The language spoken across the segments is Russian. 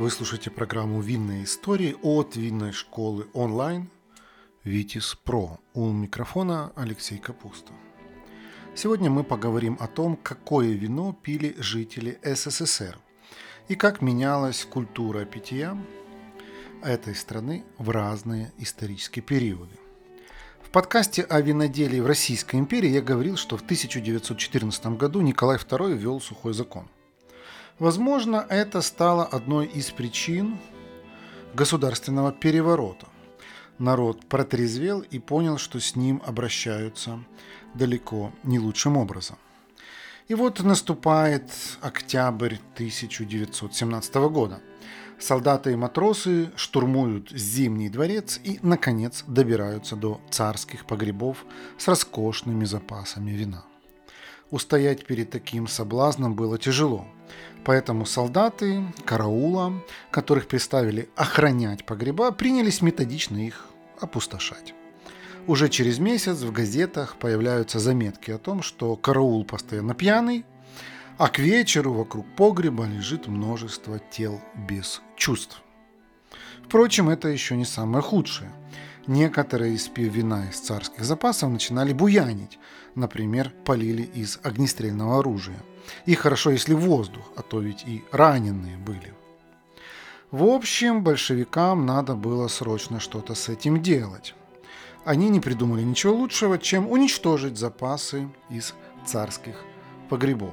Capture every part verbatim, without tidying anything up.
Вы слушаете программу «Винные истории» от винной школы онлайн Витис Про. У микрофона Алексей Капуста. Сегодня мы поговорим о том, какое вино пили жители СССР и как менялась культура питья этой страны в разные исторические периоды. В подкасте о виноделии в Российской империи я говорил, что в тысяча девятьсот четырнадцатом году Николай второй ввел сухой закон. Возможно, это стало одной из причин государственного переворота. Народ протрезвел и понял, что с ним обращаются далеко не лучшим образом. И вот наступает октябрь тысяча девятьсот семнадцатого года. Солдаты и матросы штурмуют Зимний дворец и, наконец, добираются до царских погребов с роскошными запасами вина. Устоять перед таким соблазном было тяжело, поэтому солдаты караула, которых приставили охранять погреба, принялись методично их опустошать. Уже через месяц в газетах появляются заметки о том, что караул постоянно пьяный, а к вечеру вокруг погреба лежит множество тел без чувств. Впрочем, это еще не самое худшее. Некоторые, испив вина из царских запасов, начинали буянить. Например, полили из огнестрельного оружия. И хорошо, если воздух, а то ведь и раненые были. В общем, большевикам надо было срочно что-то с этим делать. Они не придумали ничего лучшего, чем уничтожить запасы из царских погребов.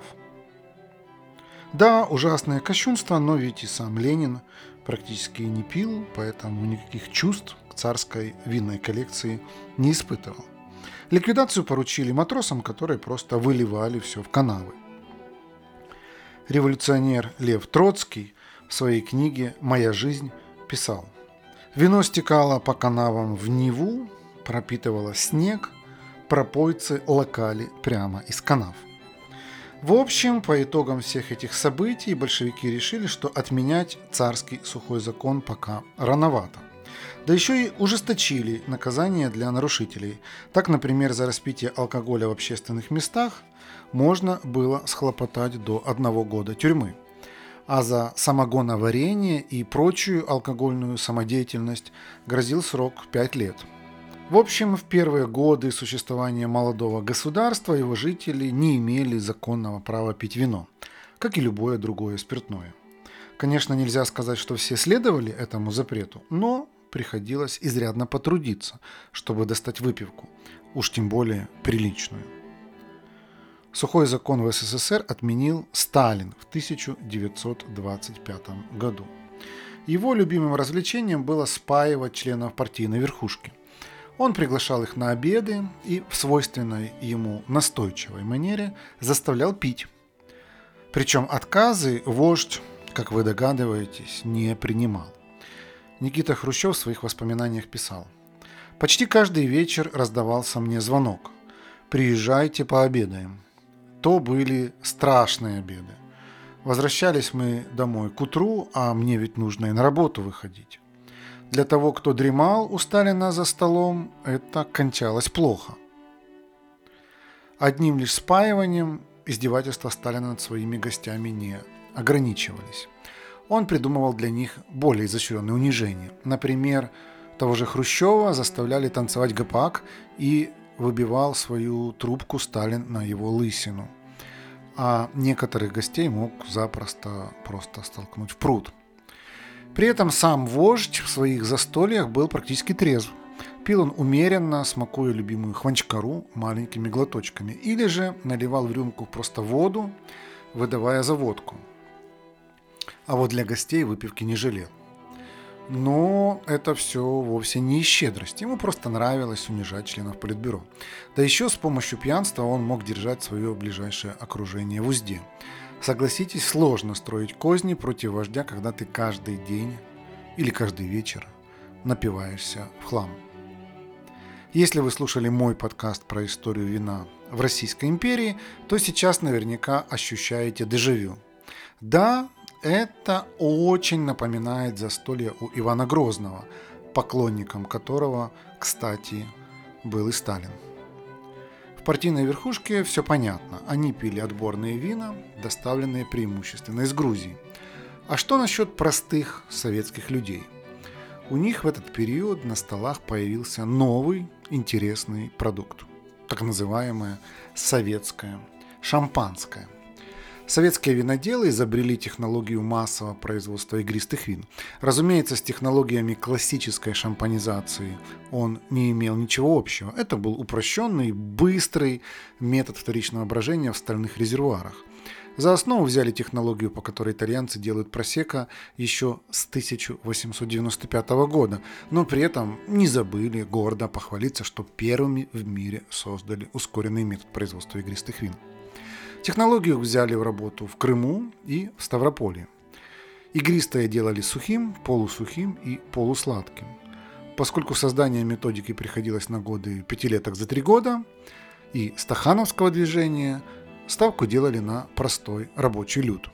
Да, ужасное кощунство, но ведь и сам Ленин практически не пил, поэтому никаких чувств к царской винной коллекции не испытывал. Ликвидацию поручили матросам, которые просто выливали все в канавы. Революционер Лев Троцкий в своей книге «Моя жизнь» писал: «Вино стекало по канавам в Неву, пропитывало снег, пропойцы локали прямо из канав». В общем, по итогам всех этих событий большевики решили, что отменять царский сухой закон пока рановато. Да еще и ужесточили наказания для нарушителей. Так, например, за распитие алкоголя в общественных местах можно было схлопотать до одного года тюрьмы. А за самогоноварение и прочую алкогольную самодеятельность грозил срок пять лет. В общем, в первые годы существования молодого государства его жители не имели законного права пить вино, как и любое другое спиртное. Конечно, нельзя сказать, что все следовали этому запрету, но приходилось изрядно потрудиться, чтобы достать выпивку, уж тем более приличную. Сухой закон в СССР отменил Сталин в тысяча девятьсот двадцать пятом году. Его любимым развлечением было спаивать членов партийной верхушки. Он приглашал их на обеды и в свойственной ему настойчивой манере заставлял пить. Причем отказы вождь, как вы догадываетесь, не принимал. Никита Хрущев в своих воспоминаниях писал: «Почти каждый вечер раздавался мне звонок. Приезжайте, пообедаем». То были страшные обеды. Возвращались мы домой к утру, а мне ведь нужно и на работу выходить. Для того, кто дремал у Сталина за столом, это кончалось плохо. Одним лишь спаиванием издевательства Сталина над своими гостями не ограничивались. Он придумывал для них более изощренные унижения. Например, того же Хрущева заставляли танцевать гопак и выбивал свою трубку Сталин на его лысину. А некоторых гостей мог запросто просто столкнуть в пруд. При этом сам вождь в своих застольях был практически трезв. Пил он умеренно, смакуя любимую хванчкару маленькими глоточками, или же наливал в рюмку просто воду, выдавая за водку. А вот для гостей выпивки не жалел. Но это все вовсе не из щедрости. Ему просто нравилось унижать членов политбюро. Да еще с помощью пьянства он мог держать свое ближайшее окружение в узде. Согласитесь, сложно строить козни против вождя, когда ты каждый день или каждый вечер напиваешься в хлам. Если вы слушали мой подкаст про историю вина в Российской империи, то сейчас наверняка ощущаете дежавю. Да, это очень напоминает застолье у Ивана Грозного, поклонником которого, кстати, был и Сталин. В партийной верхушке все понятно. Они пили отборные вина, доставленные преимущественно из Грузии. А что насчет простых советских людей? У них в этот период на столах появился новый интересный продукт, так называемое советское шампанское. Советские виноделы изобрели технологию массового производства игристых вин. Разумеется, с технологиями классической шампанизации он не имел ничего общего. Это был упрощенный, быстрый метод вторичного брожения в стальных резервуарах. За основу взяли технологию, по которой итальянцы делают просекко еще с тысяча восемьсот девяносто пятого года, но при этом не забыли гордо похвалиться, что первыми в мире создали ускоренный метод производства игристых вин. Технологию взяли в работу в Крыму и в Ставрополье. Игристое делали сухим, полусухим и полусладким. Поскольку создание методики приходилось на годы пятилеток за три года и стахановского движения, ставку делали на простой рабочий люд.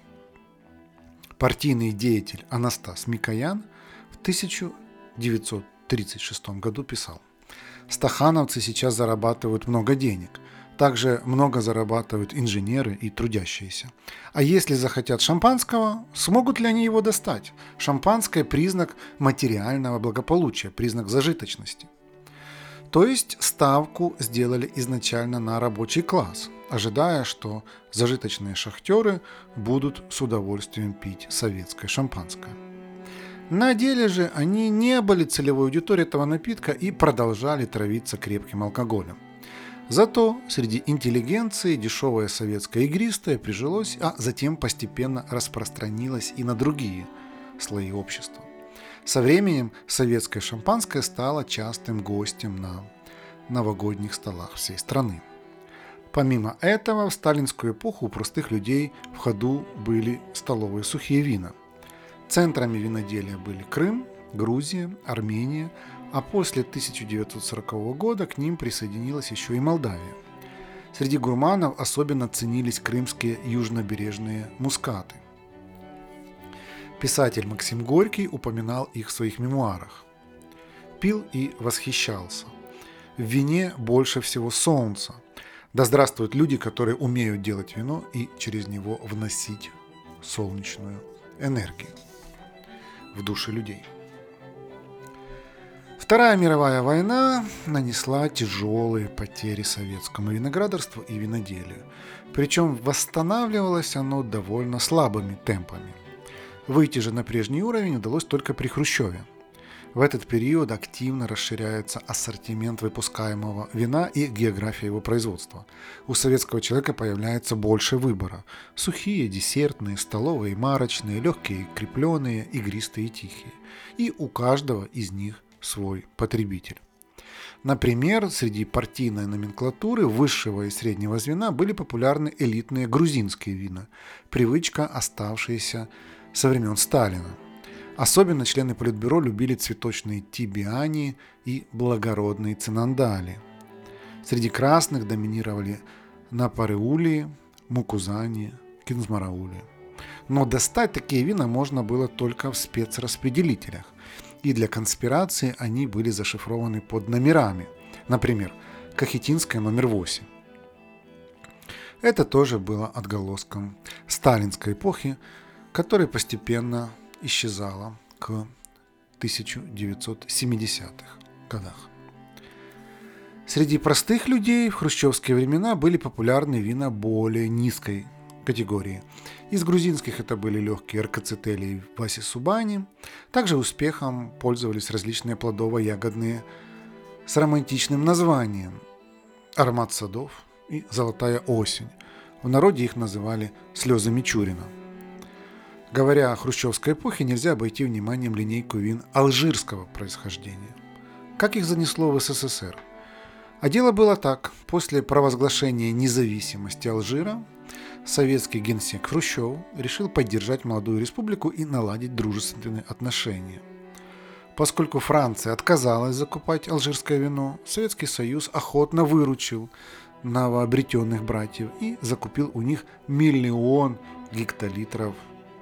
Партийный деятель Анастас Микоян в тысяча девятьсот тридцать шестом году писал: «Стахановцы сейчас зарабатывают много денег. Также много зарабатывают инженеры и трудящиеся. А если захотят шампанского, смогут ли они его достать? Шампанское – признак материального благополучия, признак зажиточности». То есть ставку сделали изначально на рабочий класс, ожидая, что зажиточные шахтеры будут с удовольствием пить советское шампанское. На деле же они не были целевой аудиторией этого напитка и продолжали травиться крепким алкоголем. Зато среди интеллигенции дешевое советское игристое прижилось, а затем постепенно распространилось и на другие слои общества. Со временем советское шампанское стало частым гостем на новогодних столах всей страны. Помимо этого, в сталинскую эпоху у простых людей в ходу были столовые сухие вина. Центрами виноделия были Крым, Грузия, Армения, а после тысяча девятьсот сорокового года к ним присоединилась еще и Молдавия. Среди гурманов особенно ценились крымские южнобережные мускаты. Писатель Максим Горький упоминал их в своих мемуарах. Пил и восхищался. В вине больше всего солнца. Да здравствуют люди, которые умеют делать вино и через него вносить солнечную энергию в души людей. Вторая мировая война нанесла тяжелые потери советскому виноградарству и виноделию. Причем восстанавливалось оно довольно слабыми темпами. Выйти же на прежний уровень удалось только при Хрущеве. В этот период активно расширяется ассортимент выпускаемого вина и география его производства. У советского человека появляется больше выбора. Сухие, десертные, столовые, марочные, легкие, крепленые, игристые и тихие. И у каждого из них свой потребитель. Например, среди партийной номенклатуры высшего и среднего звена были популярны элитные грузинские вина, привычка, оставшаяся со времен Сталина. Особенно члены Политбюро любили цветочные тибиани и благородные цинандали. Среди красных доминировали напареули, мукузани, кинзмараули. Но достать такие вина можно было только в спецраспределителях. И для конспирации они были зашифрованы под номерами. Например, Кахетинская номер восемь. Это тоже было отголоском сталинской эпохи, которая постепенно исчезала к тысяча девятьсот семидесятых годах. Среди простых людей в хрущевские времена были популярны вина более низкой категории. Из грузинских это были легкие РКЦТели и Васи-Субани. Также успехом пользовались различные плодово-ягодные с романтичным названием «Аромат садов» и «Золотая осень». В народе их называли «слезы Мичурина». Говоря о хрущевской эпохе, нельзя обойти вниманием линейку вин алжирского происхождения. Как их занесло в СССР? А дело было так. После провозглашения независимости Алжира советский генсек Хрущев решил поддержать молодую республику и наладить дружественные отношения. Поскольку Франция отказалась закупать алжирское вино, Советский Союз охотно выручил новообретенных братьев и закупил у них миллион гектолитров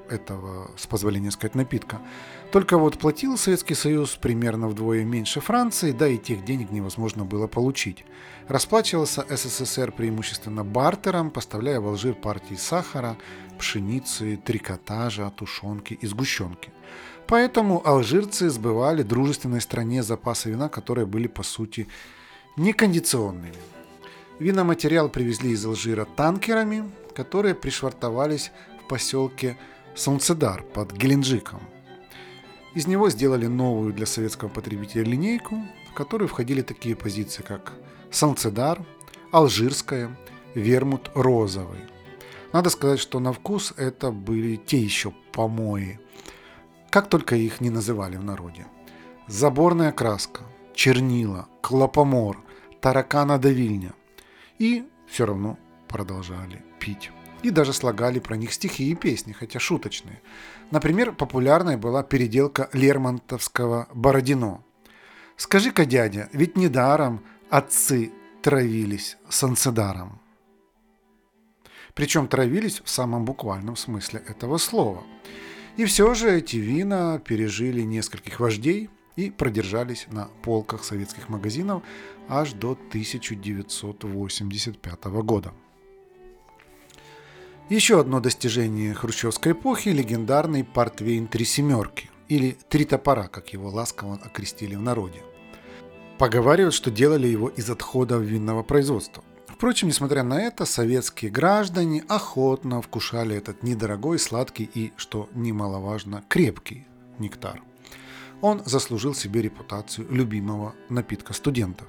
этого, с позволения сказать, напитка. Только вот платил Советский Союз примерно вдвое меньше Франции, да и тех денег невозможно было получить. Расплачивался СССР преимущественно бартером, поставляя в Алжир партии сахара, пшеницы, трикотажа, тушенки и сгущенки. Поэтому алжирцы сбывали дружественной стране запасы вина, которые были по сути некондиционными. Виноматериал привезли из Алжира танкерами, которые пришвартовались в поселке Санцедар под Геленджиком. Из него сделали новую для советского потребителя линейку, в которую входили такие позиции, как Санцедар, Алжирская, Вермут розовый. Надо сказать, что на вкус это были те еще помои, как только их не называли в народе. Заборная краска, чернила, клопомор, тараканодавильня. И все равно продолжали пить. И даже слагали про них стихи и песни, хотя шуточные. Например, популярной была переделка лермонтовского «Бородино». «Скажи-ка, дядя, ведь недаром отцы травились санцедаром». Причем травились в самом буквальном смысле этого слова. И все же эти вина пережили нескольких вождей и продержались на полках советских магазинов аж до тысяча девятьсот восемьдесят пятого года. Еще одно достижение хрущевской эпохи – легендарный портвейн «Три семерки» или «Три топора», как его ласково окрестили в народе. Поговаривают, что делали его из отходов винного производства. Впрочем, несмотря на это, советские граждане охотно вкушали этот недорогой, сладкий и, что немаловажно, крепкий нектар. Он заслужил себе репутацию любимого напитка студентов.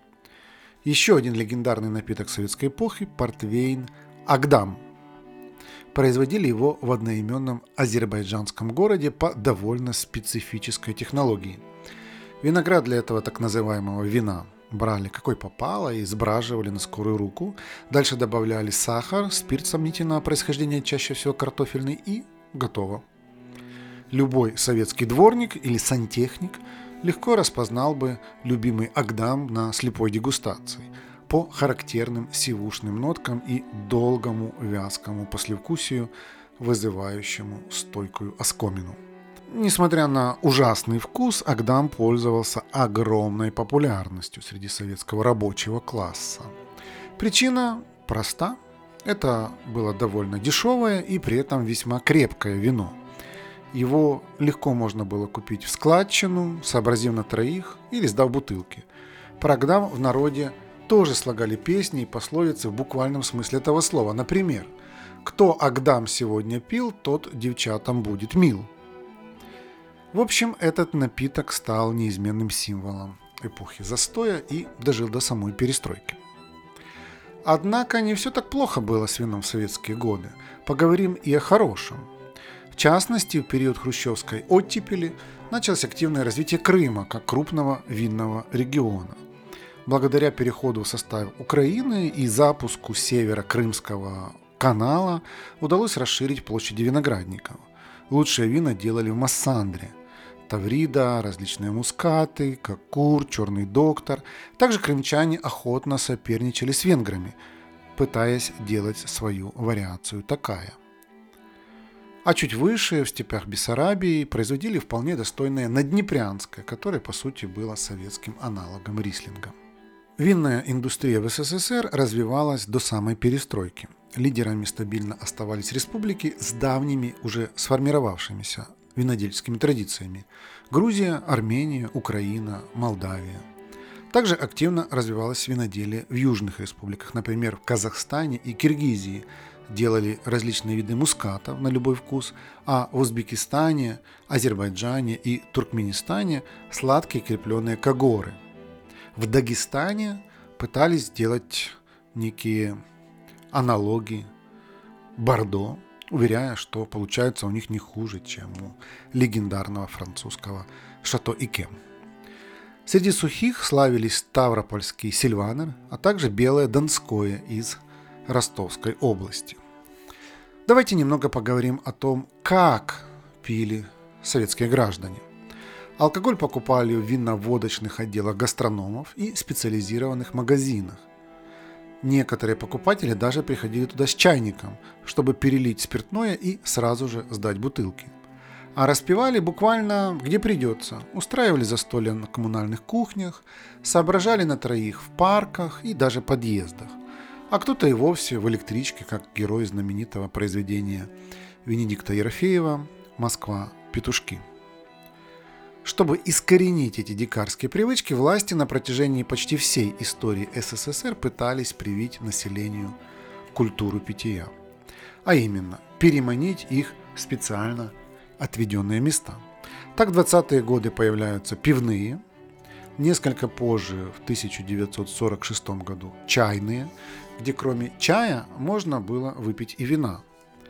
Еще один легендарный напиток советской эпохи – портвейн «Агдам». Производили его в одноименном азербайджанском городе по довольно специфической технологии. Виноград для этого так называемого вина брали какой попало и сбраживали на скорую руку. Дальше добавляли сахар, спирт сомнительного происхождения, чаще всего картофельный, и готово. Любой советский дворник или сантехник легко распознал бы любимый Агдам на слепой дегустации по характерным сивушным ноткам и долгому вязкому послевкусию, вызывающему стойкую оскомину. Несмотря на ужасный вкус, Агдам пользовался огромной популярностью среди советского рабочего класса. Причина проста. Это было довольно дешевое и при этом весьма крепкое вино. Его легко можно было купить в складчину, сообразив на троих или сдав бутылки. Про Агдам в народе тоже слагали песни и пословицы в буквальном смысле этого слова. Например, «Кто Агдам сегодня пил, тот девчатам будет мил». В общем, этот напиток стал неизменным символом эпохи застоя и дожил до самой перестройки. Однако не все так плохо было с вином в советские годы. Поговорим и о хорошем. В частности, в период хрущевской оттепели началось активное развитие Крыма как крупного винного региона. Благодаря переходу в состав Украины и запуску северо-крымского канала удалось расширить площади виноградников. Лучшие вина делали в Массандре. Таврида, различные мускаты, Кокур, Черный доктор. Также крымчане охотно соперничали с венграми, пытаясь делать свою вариацию такая. А чуть выше, в степях Бессарабии, производили вполне достойное Наднепрянское, которое по сути было советским аналогом рислинга. Винная индустрия в СССР развивалась до самой перестройки. Лидерами стабильно оставались республики с давними, уже сформировавшимися винодельческими традициями – Грузия, Армения, Украина, Молдавия. Также активно развивалось виноделие в южных республиках, например, в Казахстане и Киргизии делали различные виды мускатов на любой вкус, а в Узбекистане, Азербайджане и Туркменистане – сладкие крепленные кагоры. В Дагестане пытались сделать некие аналоги Бордо, уверяя, что получается у них не хуже, чем у легендарного французского Шато Икем. Среди сухих славились ставропольский сильванер, а также белое донское из Ростовской области. Давайте немного поговорим о том, как пили советские граждане. Алкоголь покупали в винно-водочных отделах гастрономов и специализированных магазинах. Некоторые покупатели даже приходили туда с чайником, чтобы перелить спиртное и сразу же сдать бутылки. А распивали буквально где придется, устраивали застолья на коммунальных кухнях, соображали на троих в парках и даже подъездах. А кто-то и вовсе в электричке, как герой знаменитого произведения Венедикта Ерофеева «Москва. Петушки». Чтобы искоренить эти дикарские привычки, власти на протяжении почти всей истории СССР пытались привить населению культуру питья. А именно, переманить их в специально отведенные места. Так в двадцатые годы появляются пивные, несколько позже, в тысяча девятьсот сорок шестом году, чайные, где кроме чая можно было выпить и вина.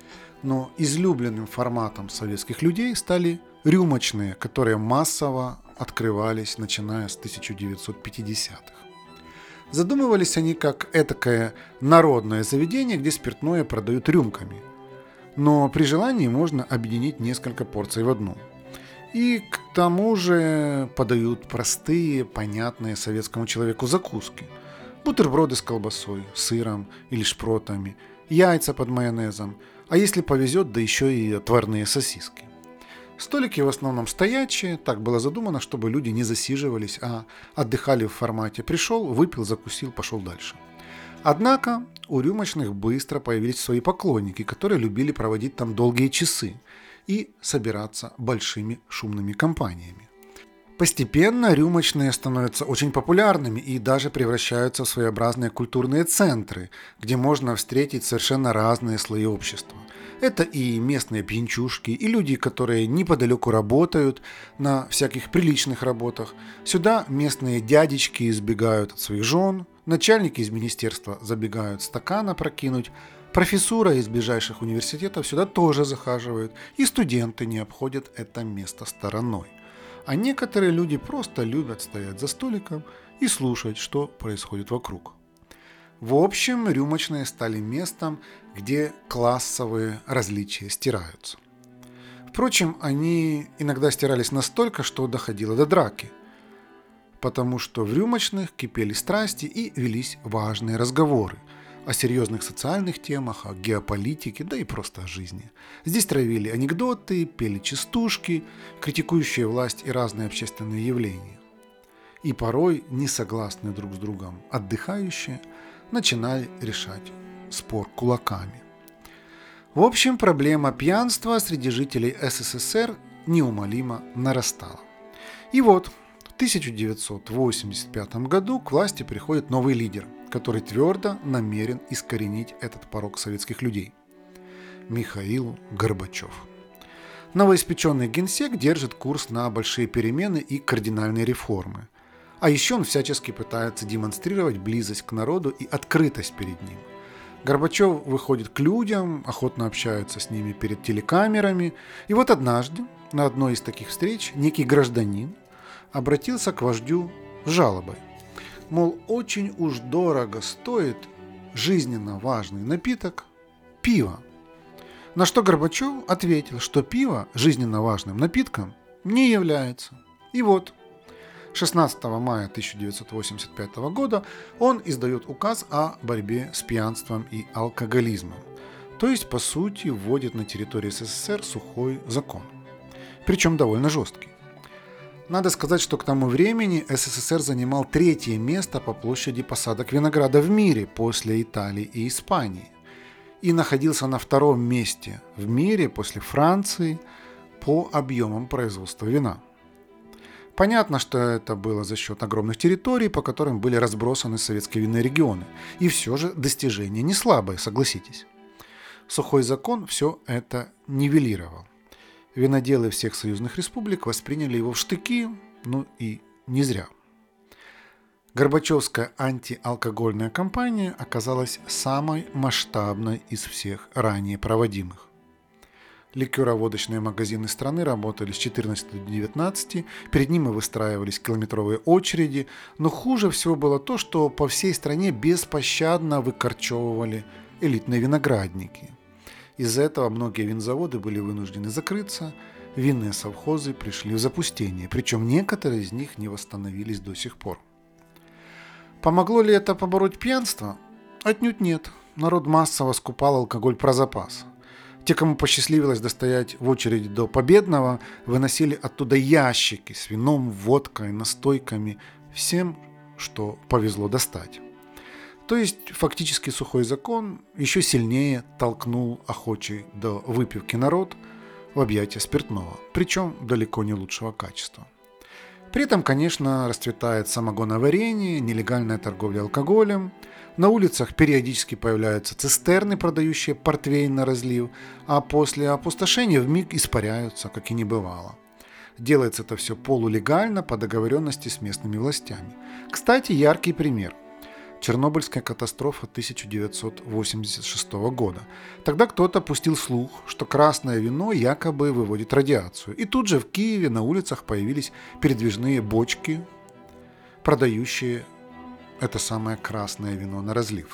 Но излюбленным форматом советских людей стали рюмочные, которые массово открывались, начиная с тысяча девятьсот пятидесятых. Задумывались они как этакое народное заведение, где спиртное продают рюмками. Но при желании можно объединить несколько порций в одну. И к тому же подают простые, понятные советскому человеку закуски. Бутерброды с колбасой, сыром или шпротами, яйца под майонезом, а если повезет, да еще и отварные сосиски. Столики в основном стоячие, так было задумано, чтобы люди не засиживались, а отдыхали в формате «пришел, выпил, закусил, пошел дальше». Однако у рюмочных быстро появились свои поклонники, которые любили проводить там долгие часы и собираться большими шумными компаниями. Постепенно рюмочные становятся очень популярными и даже превращаются в своеобразные культурные центры, где можно встретить совершенно разные слои общества. Это и местные пьянчушки, и люди, которые неподалеку работают на всяких приличных работах. Сюда местные дядечки избегают от своих жен, начальники из министерства забегают стакана прокинуть, профессура из ближайших университетов сюда тоже захаживают, и студенты не обходят это место стороной. А некоторые люди просто любят стоять за столиком и слушать, что происходит вокруг. В общем, рюмочные стали местом, где классовые различия стираются. Впрочем, они иногда стирались настолько, что доходило до драки, потому что в рюмочных кипели страсти и велись важные разговоры о серьезных социальных темах, о геополитике, да и просто о жизни. Здесь травили анекдоты, пели частушки, критикующие власть и разные общественные явления. И порой несогласные друг с другом отдыхающие начинали решать спор кулаками. В общем, проблема пьянства среди жителей СССР неумолимо нарастала. И вот в тысяча девятьсот восемьдесят пятом году к власти приходит новый лидер, который твердо намерен искоренить этот порок советских людей – Михаил Горбачев. Новоиспеченный генсек держит курс на большие перемены и кардинальные реформы. А еще он всячески пытается демонстрировать близость к народу и открытость перед ним. Горбачев выходит к людям, охотно общается с ними перед телекамерами. И вот однажды на одной из таких встреч некий гражданин обратился к вождю с жалобой. Мол, очень уж дорого стоит жизненно важный напиток – пиво. На что Горбачев ответил, что пиво жизненно важным напитком не является. И вот шестнадцатого мая тысяча девятьсот восемьдесят пятого года он издает указ о борьбе с пьянством и алкоголизмом. То есть, по сути, вводит на территории СССР сухой закон. Причем довольно жесткий. Надо сказать, что к тому времени СССР занимал третье место по площади посадок винограда в мире после Италии и Испании. И находился на втором месте в мире после Франции по объемам производства вина. Понятно, что это было за счет огромных территорий, по которым были разбросаны советские винные регионы. И все же достижение не слабое, согласитесь. Сухой закон все это нивелировал. Виноделы всех союзных республик восприняли его в штыки, ну и не зря. Горбачевская антиалкогольная кампания оказалась самой масштабной из всех ранее проводимых. Ликероводочные магазины страны работали с четырнадцати до девятнадцати, перед ними выстраивались километровые очереди, но хуже всего было то, что по всей стране беспощадно выкорчевывали элитные виноградники. Из-за этого многие винзаводы были вынуждены закрыться, винные совхозы пришли в запустение, причем некоторые из них не восстановились до сих пор. Помогло ли это побороть пьянство? Отнюдь нет. Народ массово скупал алкоголь про запас. Те, кому посчастливилось достоять в очереди до Победного, выносили оттуда ящики с вином, водкой, настойками, всем, что повезло достать. То есть фактически сухой закон еще сильнее толкнул охочий до выпивки народ в объятия спиртного, причем далеко не лучшего качества. При этом, конечно, расцветает самогоноварение, нелегальная торговля алкоголем. На улицах периодически появляются цистерны, продающие портвейн на разлив, а после опустошения вмиг испаряются, как и не бывало. Делается это все полулегально по договоренности с местными властями. Кстати, яркий пример. Чернобыльская катастрофа тысяча девятьсот восемьдесят шестого года. Тогда кто-то пустил слух, что красное вино якобы выводит радиацию. И тут же в Киеве на улицах появились передвижные бочки, продающие это самое красное вино на разлив.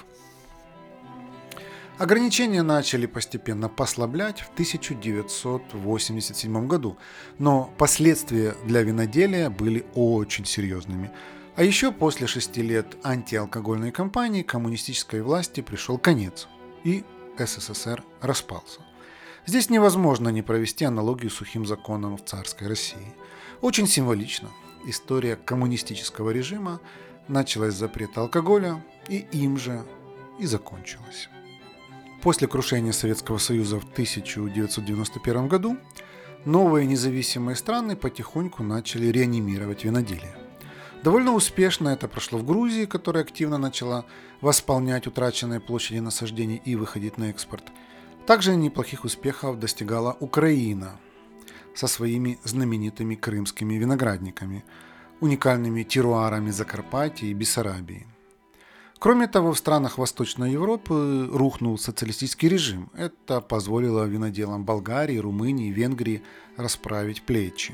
Ограничения начали постепенно послаблять в тысяча девятьсот восемьдесят седьмом году, но последствия для виноделия были очень серьезными. А еще после шести лет антиалкогольной кампании коммунистической власти пришел конец, и СССР распался. Здесь невозможно не провести аналогию с сухим законом в царской России. Очень символично. История коммунистического режима началась с запрета алкоголя, и им же и закончилась. После крушения Советского Союза в тысяча девятьсот девяносто первом году новые независимые страны потихоньку начали реанимировать виноделие. Довольно успешно это прошло в Грузии, которая активно начала восполнять утраченные площади насаждений и выходить на экспорт. Также неплохих успехов достигала Украина со своими знаменитыми крымскими виноградниками, уникальными теруарами Закарпатья и Бессарабии. Кроме того, в странах Восточной Европы рухнул социалистический режим. Это позволило виноделам Болгарии, Румынии, Венгрии расправить плечи.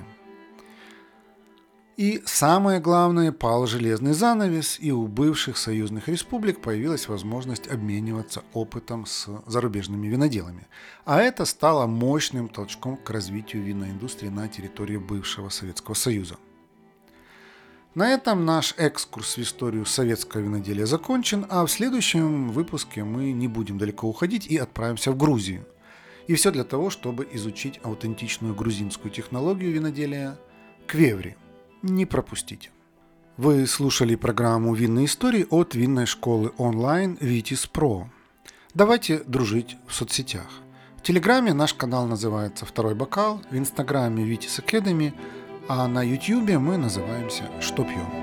И самое главное, пал железный занавес, и у бывших союзных республик появилась возможность обмениваться опытом с зарубежными виноделами. А это стало мощным толчком к развитию винной индустрии на территории бывшего Советского Союза. На этом наш экскурс в историю советского виноделия закончен, а в следующем выпуске мы не будем далеко уходить и отправимся в Грузию. И все для того, чтобы изучить аутентичную грузинскую технологию виноделия квеври. Не пропустите. Вы слушали программу «Винные истории» от винной школы онлайн Vitis Pro. Давайте дружить в соцсетях. В Телеграме наш канал называется «Второй бокал», в Инстаграме Vitis Academy, а на Ютьюбе мы называемся «Что пьем?».